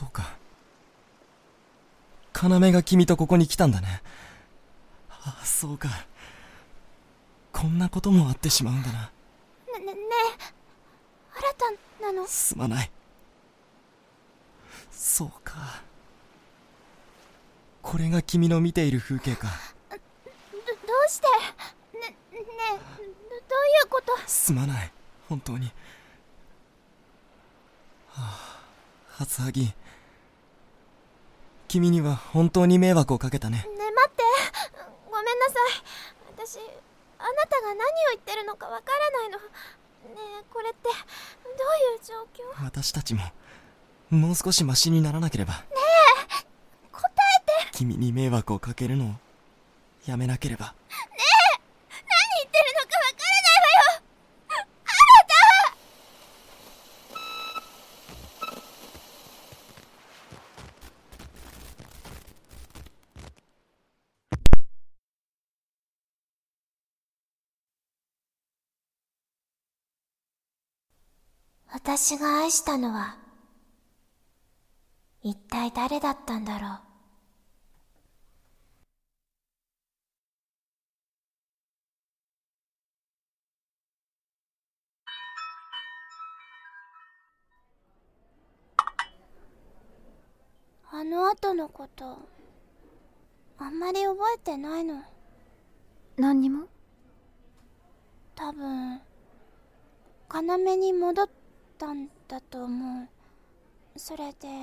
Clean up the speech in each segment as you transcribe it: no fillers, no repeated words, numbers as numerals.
そうか。要が君とここに来たんだね。ああ、そうか。こんなこともあってしまうんだな。 ねえ、新たなの？ すまない。そうか。これが君の見ている風景か。 どうして？ねえ、どういうこと？ すまない、本当に。初萩、君には本当に迷惑をかけたね。 ねえ、待って、ごめんなさい。私、あなたが何を言ってるのかわからないの。ねえ、これってどういう状況？ 私たちももう少しマシにならなければ。 ねえ、答えて。 君に迷惑をかけるのをやめなければ。 ねえ、何言ってるのかわからないわよ。私が愛したのは一体誰だったんだろう。あの後のことあんまり覚えてないの。 何にも？ 多分要に戻ったんだと思う。それで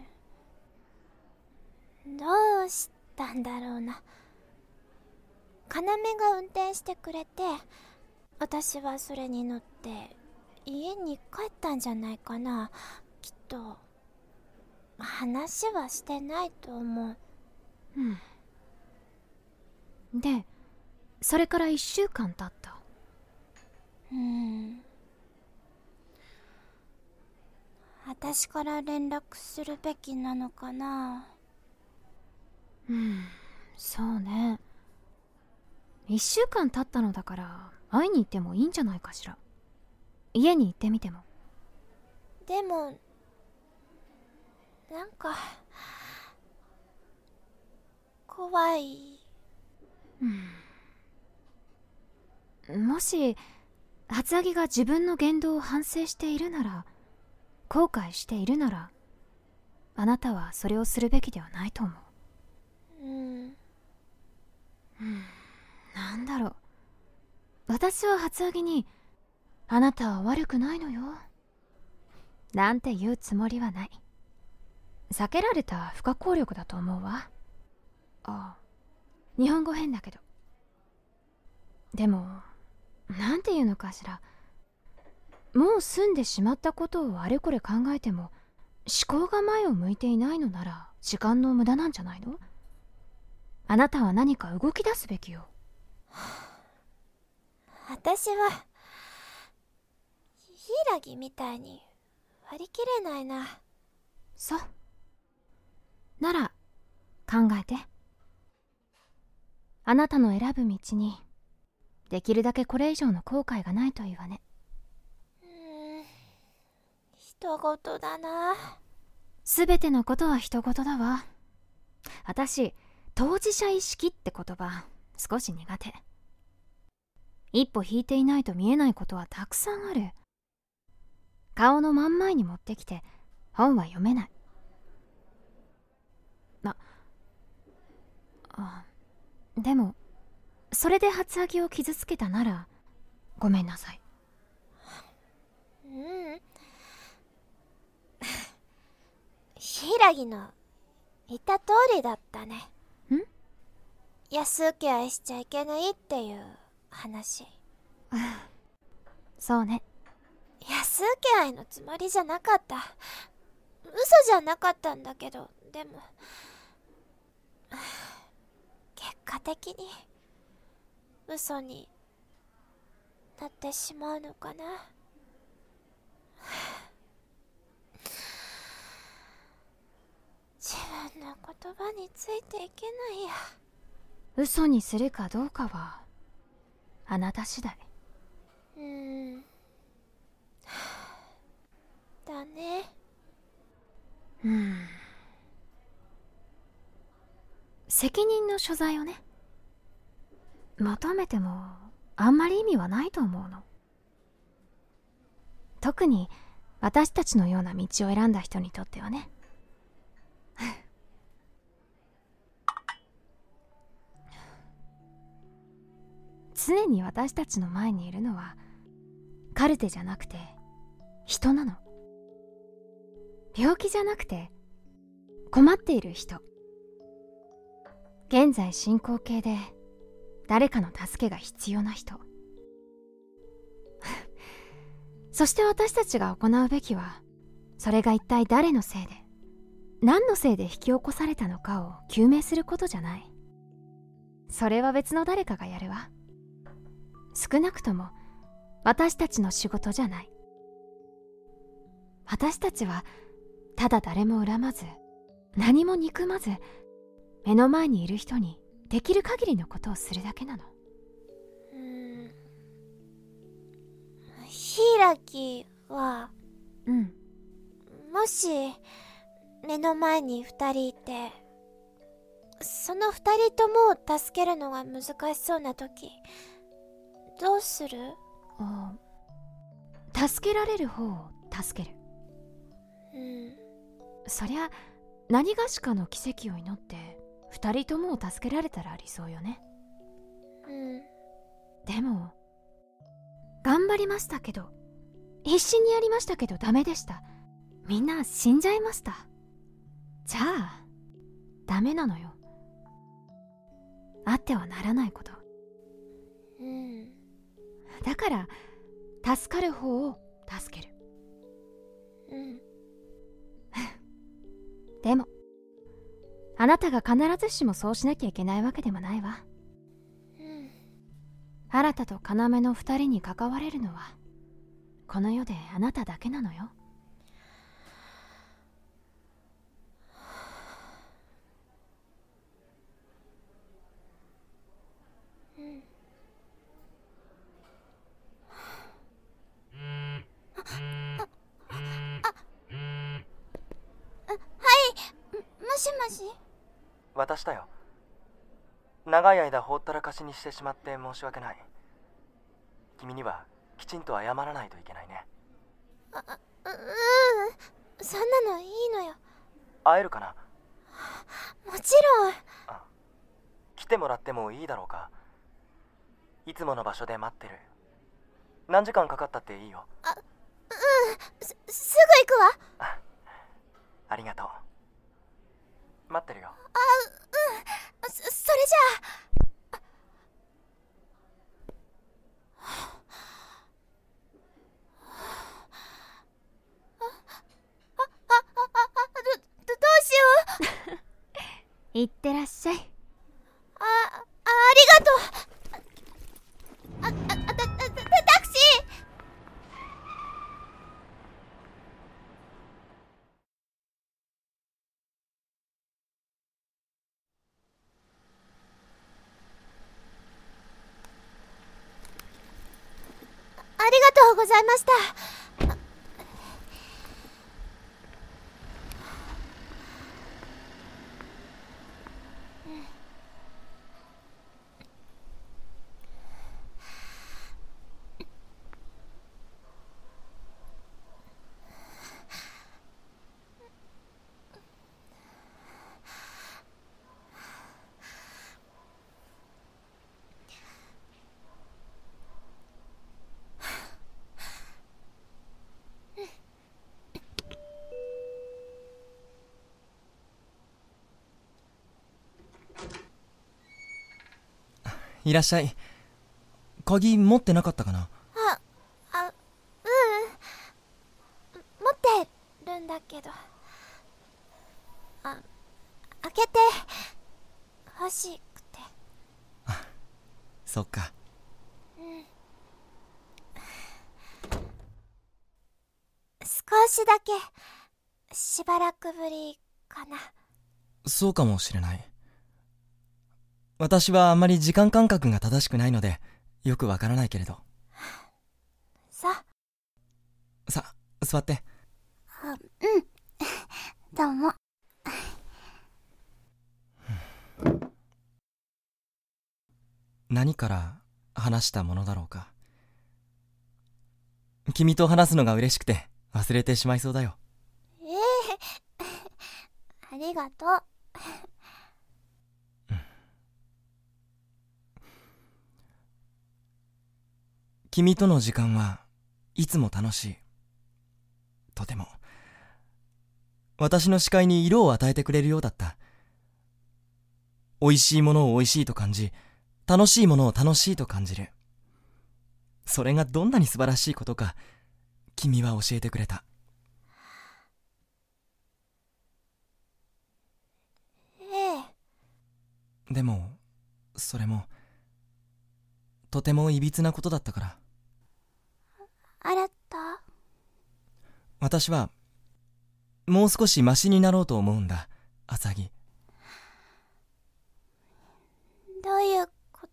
どうしたんだろうな。要が運転してくれて、私はそれに乗って家に帰ったんじゃないかな。きっと話はしてないと思う。 で、それから1週間経った。 私から連絡するべきなのかな。 そうね。1週間経ったのだから会いに行ってもいいんじゃないかしら。家に行ってみても。 でもなんか怖い。 もし初萩が自分の言動を反省しているなら、後悔しているなら、あなたはそれをするべきではないと思う。なんだろう。私は初萩にあなたは悪くないのよなんて言うつもりはない。避けられた不可抗力だと思うわ。日本語変だけど。でもなんていうのかしら、もう済んでしまったことをあれこれ考えても思考が前を向いていないのなら時間の無駄なんじゃないの？あなたは何か動き出すべきよ。 私は柊みたいに割り切れないな。 そうなら考えて。あなたの選ぶ道にできるだけこれ以上の後悔がないといいわね。 人事だな。 すべてのことは人事だわ。私、当事者意識って言葉少し苦手。一歩引いていないと見えないことはたくさんある。顔の真ん前に持ってきて本は読めない。でもそれで初萩を傷つけたならごめんなさい。 柊の言った通りだったね。安請け合いしちゃいけないっていう話。 そうね。 安請け合いのつもりじゃなかった。嘘じゃなかったんだけど、でも結果的に嘘になってしまうのかな。自分の言葉についていけないや。 嘘にするかどうかはあなた次第。 だね。 責任の所在をね、求めてもあんまり意味はないと思うの。特に私たちのような道を選んだ人にとってはね。常に私たちの前にいるのはカルテじゃなくて人なの。病気じゃなくて困っている人、現在進行形で誰かの助けが必要な人。そして私たちが行うべきは、それが一体誰のせいで何のせいで引き起こされたのかを究明することじゃない。それは別の誰かがやるわ。少なくとも私たちの仕事じゃない。私たちはただ誰も恨まず何も憎まず、目の前にいる人にできる限りのことをするだけなの。 柊は、 うんもし目の前に2人いて、その2人とも助けるのが難しそうな時、どうする？ 助けられる方を助ける。そりゃ何がしかの奇跡を祈って2人ともを助けられたら理想よね。でも頑張りましたけど、必死にやりましたけどダメでした。みんな死んじゃいました。じゃあダメなのよ。あってはならないこと。だから助かる方を助ける。でもあなたが必ずしもそうしなきゃいけないわけでもないわ。新と要の二人に関われるのはこの世であなただけなのよ。 もしもし。 私だよ。長い間ほったらかしにしてしまって申し訳ない。君にはきちんと謝らないといけないね。 そんなのいいのよ。 会えるかな？ もちろん。 来てもらってもいいだろうか。いつもの場所で待ってる。何時間かかったっていいよ。 すぐ行くわ。 ありがとう。待ってるよ。 それじゃどうしよう。 いってらっしゃい。 ありがとう。タクシー。ありがとうございました。 いらっしゃい。鍵持ってなかったかな？ 持ってるんだけど、開けて欲しくて。 そっか。 少しだけしばらくぶりかな。 そうかもしれない。私はあんまり時間感覚が正しくないのでよくわからないけれど。 さ、 座って。 どうも。 何から話したものだろうか。君と話すのが嬉しくて忘れてしまいそうだよ。 ありがとう。 君との時間はいつも楽しい。とても。私の視界に色を与えてくれるようだった。美味しいものを美味しいと感じ、楽しいものを楽しいと感じる。それがどんなに素晴らしいことか、君は教えてくれた。でも、それも、とてもいびつなことだったから。 あなた？ 私は、もう少しマシになろうと思うんだ、アサギ。 どういうこと？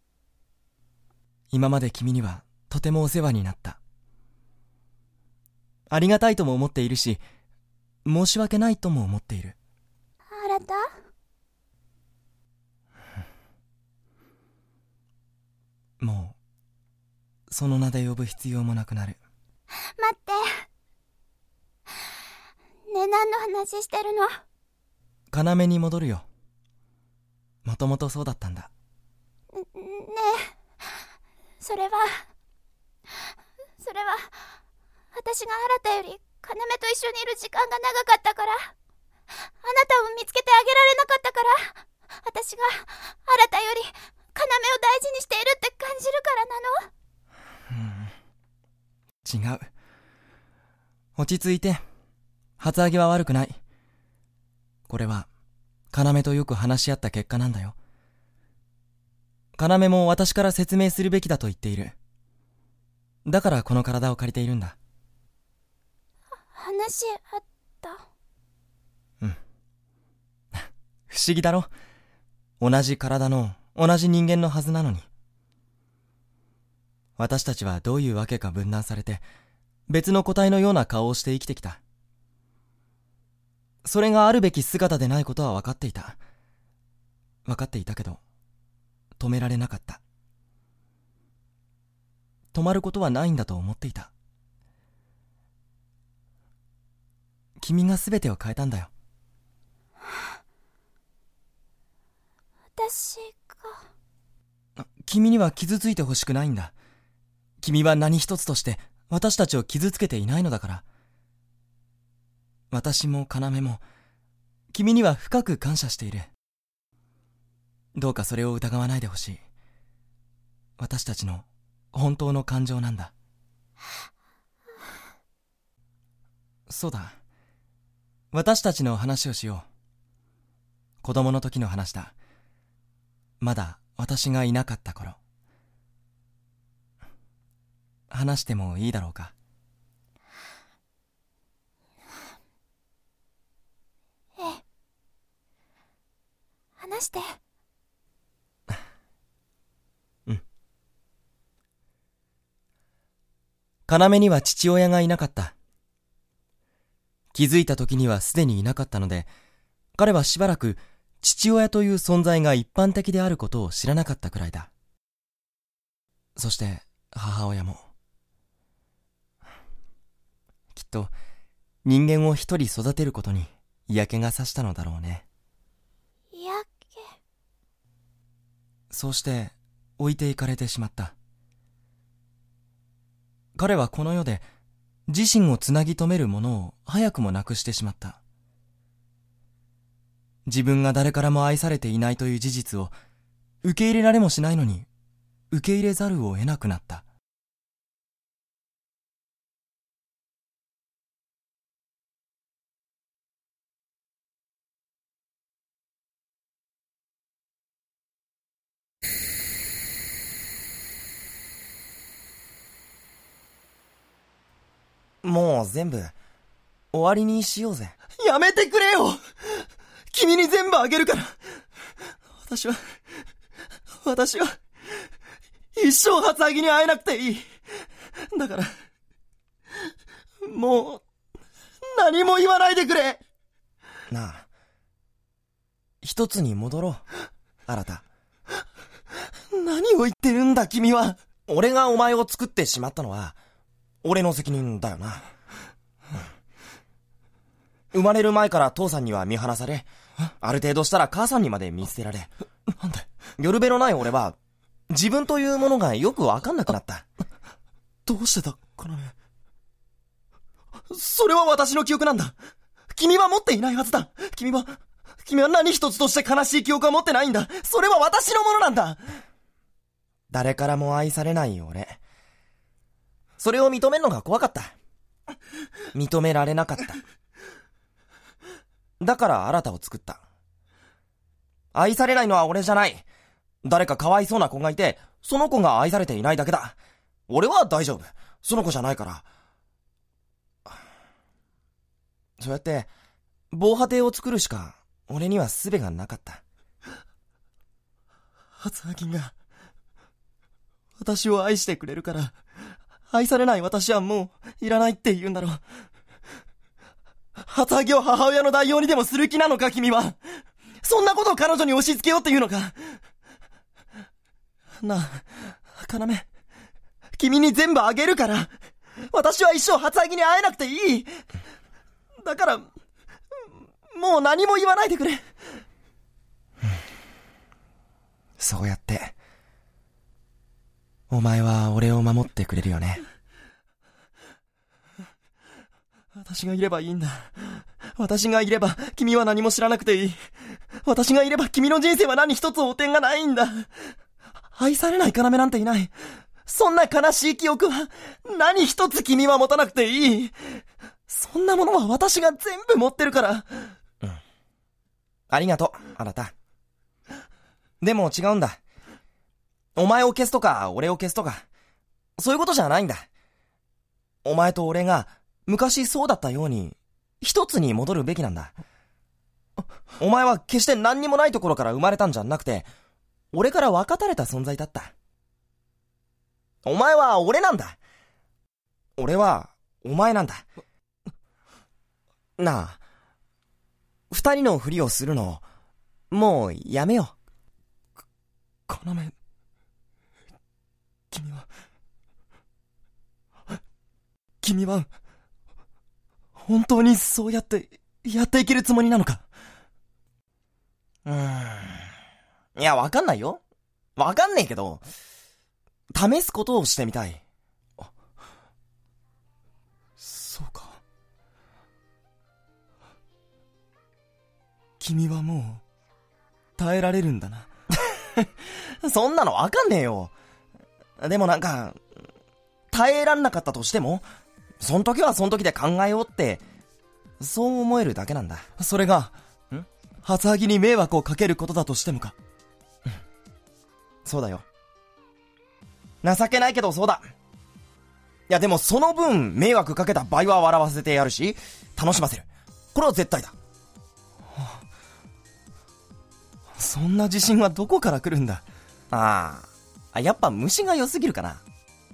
今まで君にはとてもお世話になった。ありがたいとも思っているし、申し訳ないとも思っている。 あなた？ もうその名で呼ぶ必要もなくなる。 待って。ねえ、何の話してるの？ 要に戻るよ。もともとそうだったんだ。 ねえ、それは私が新より要と一緒にいる時間が長かったから、あなたを見つけてあげられなかったから、私が新より要を大事にしているって感じるからなの？ 違う。落ち着いて。発上げは悪くない。これは要とよく話し合った結果なんだよ。要も私から説明するべきだと言っている。だからこの体を借りているんだ。 話し合った？ うん。不思議だろ。同じ体の同じ人間のはずなのに。私たちはどういうわけか分断されて、別の個体のような顔をして生きてきた。それがあるべき姿でないことは分かっていた。分かっていたけど、止められなかった。止まることはないんだと思っていた。君が全てを変えたんだよ。 私が？ 君には傷ついてほしくないんだ。君は何一つとして私たちを傷つけていないのだから。私も要も君には深く感謝している。どうかそれを疑わないでほしい。私たちの本当の感情なんだ。そうだ。私たちの話をしよう。子供の時の話だ。まだ私がいなかった頃。話してもいいだろうか。 ええ。話して。 うん。要には父親がいなかった。気づいた時にはすでにいなかったので、彼はしばらく父親という存在が一般的であることを知らなかったくらいだ。そして母親も。きっと人間を一人育てることに嫌気がさしたのだろうね。 嫌気？ そうして置いていかれてしまった。彼はこの世で自身をつなぎ止めるものを早くもなくしてしまった。自分が誰からも愛されていないという事実を受け入れられもしないのに受け入れざるを得なくなった。もう全部終わりにしようぜ。やめてくれよ。君に全部あげるから。私は一生初アギに会えなくていい。だからもう何も言わないでくれ。 なあ、一つに戻ろう、新。何を言ってるんだ君は。俺がお前を作ってしまったのは俺の責任だよな。生まれる前から父さんには見放され、ある程度したら母さんにまで見捨てられ、なんでよるべのない俺は自分というものがよくわかんなくなった。どうしてだ、要。それは私の記憶なんだ。君は持っていないはずだ。君は何一つとして悲しい記憶は持ってないんだ。それは私のものなんだ。誰からも愛されない俺。それを認めるのが怖かった。認められなかった。だから新を作った。愛されないのは俺じゃない。誰かかわいそうな子がいて、その子が愛されていないだけだ。俺は大丈夫。その子じゃないから。そうやって防波堤を作るしか俺には術がなかった。初葉銀が私を愛してくれるから、愛されない私はもういらないって言うんだろう。初葉銀を母親の代用にでもする気なのか、君は。そんなことを彼女に押し付けようっていうのか。なあ、要。君に全部あげるから。私は一生初葉銀に会えなくていい。だから、もう何も言わないでくれ。そうやって、お前は俺を守ってくれるよね。私がいればいいんだ。私がいれば君は何も知らなくていい。私がいれば君の人生は何一つ汚点がないんだ。愛されない要なんていない。そんな悲しい記憶は何一つ君は持たなくていい。そんなものは私が全部持ってるから。ありがとう、あなた。でも違うんだ。お前を消すとか俺を消すとか、そういうことじゃないんだ。お前と俺が昔そうだったように一つに戻るべきなんだ。お前は決して何にもないところから生まれたんじゃなくて、俺から分かたれた存在だった。お前は俺なんだ。俺はお前なんだ。なあ、二人のふりをするのもうやめよう。要、君は本当にそうやっていけるつもりなのか。いや、わかんないよ。わかんねえけど、試すことをしてみたい。そうか。君はもう耐えられるんだな。そんなのわかんねえよ。でもなんか耐えらんなかったとしても、そん時はそん時で考えようって、そう思えるだけなんだ。それが初葉木に迷惑をかけることだとしてもか。そうだよ。情けないけどそうだ。いやでもその分迷惑かけた場合は笑わせてやるし、楽しませる。これは絶対だ。そんな自信はどこから来るんだ。やっぱ虫が良すぎるかな。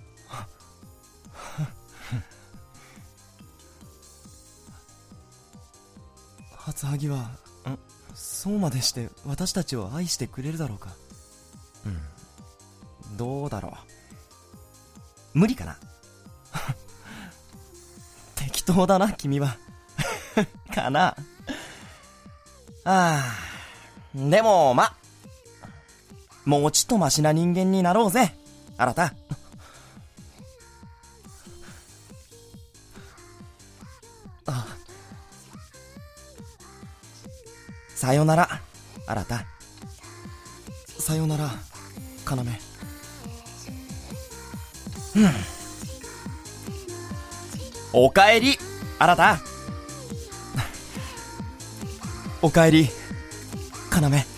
初葉木はそうまでして私たちを愛してくれるだろうか。どうだろう。無理かな。適当だな君は。かな。でももうちっとマシな人間になろうぜ、新た。さよなら、新た。さよなら、要。おかえり、新た。おかえり、要。